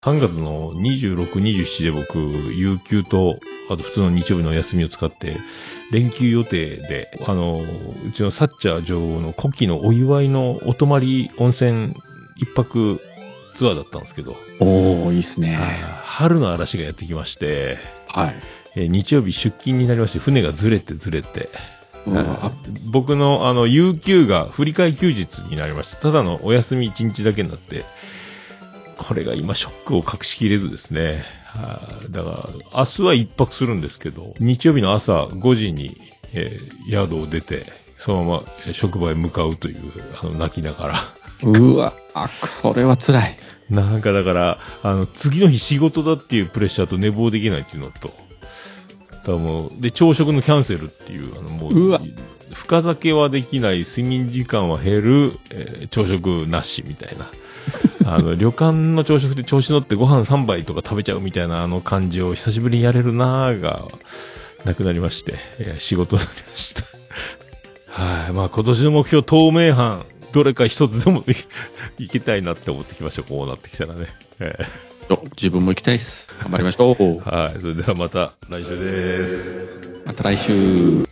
3月の26、27で僕、有給と、あと普通の日曜日のお休みを使って、連休予定で、うちのサッチャー女王の古希のお祝いのお泊まり温泉一泊ツアーだったんですけど。 おー、いいっすね。 春の嵐がやってきまして、 はい。 日曜日出勤になりまして、船がずれて、僕の有給が振り替え休日になりました。ただのお休み1日だけになって、これが今ショックを隠しきれずですね。だから、明日は一泊するんですけど、日曜日の朝5時に、宿を出て、そのまま職場へ向かうという、泣きながら。 うわ、それは辛い。 なんかだから、次の日仕事だっていうプレッシャーと寝坊できないっていうのと、で、朝食のキャンセルっていう、もう、 うわ、 深酒はできない、睡眠時間は減る、朝食なしみたいな。旅館の朝食で調子乗ってご飯3杯とか食べちゃうみたいな感じを久しぶりにやれるなーが、なくなりまして、仕事になりました。はい。まあ今年の目標、透明版、どれか一つでもいけたいなって思ってきました。こうなってきたらね。 自分も行きたいです。頑張りましょう。 はい。それではまた来週です。 また来週。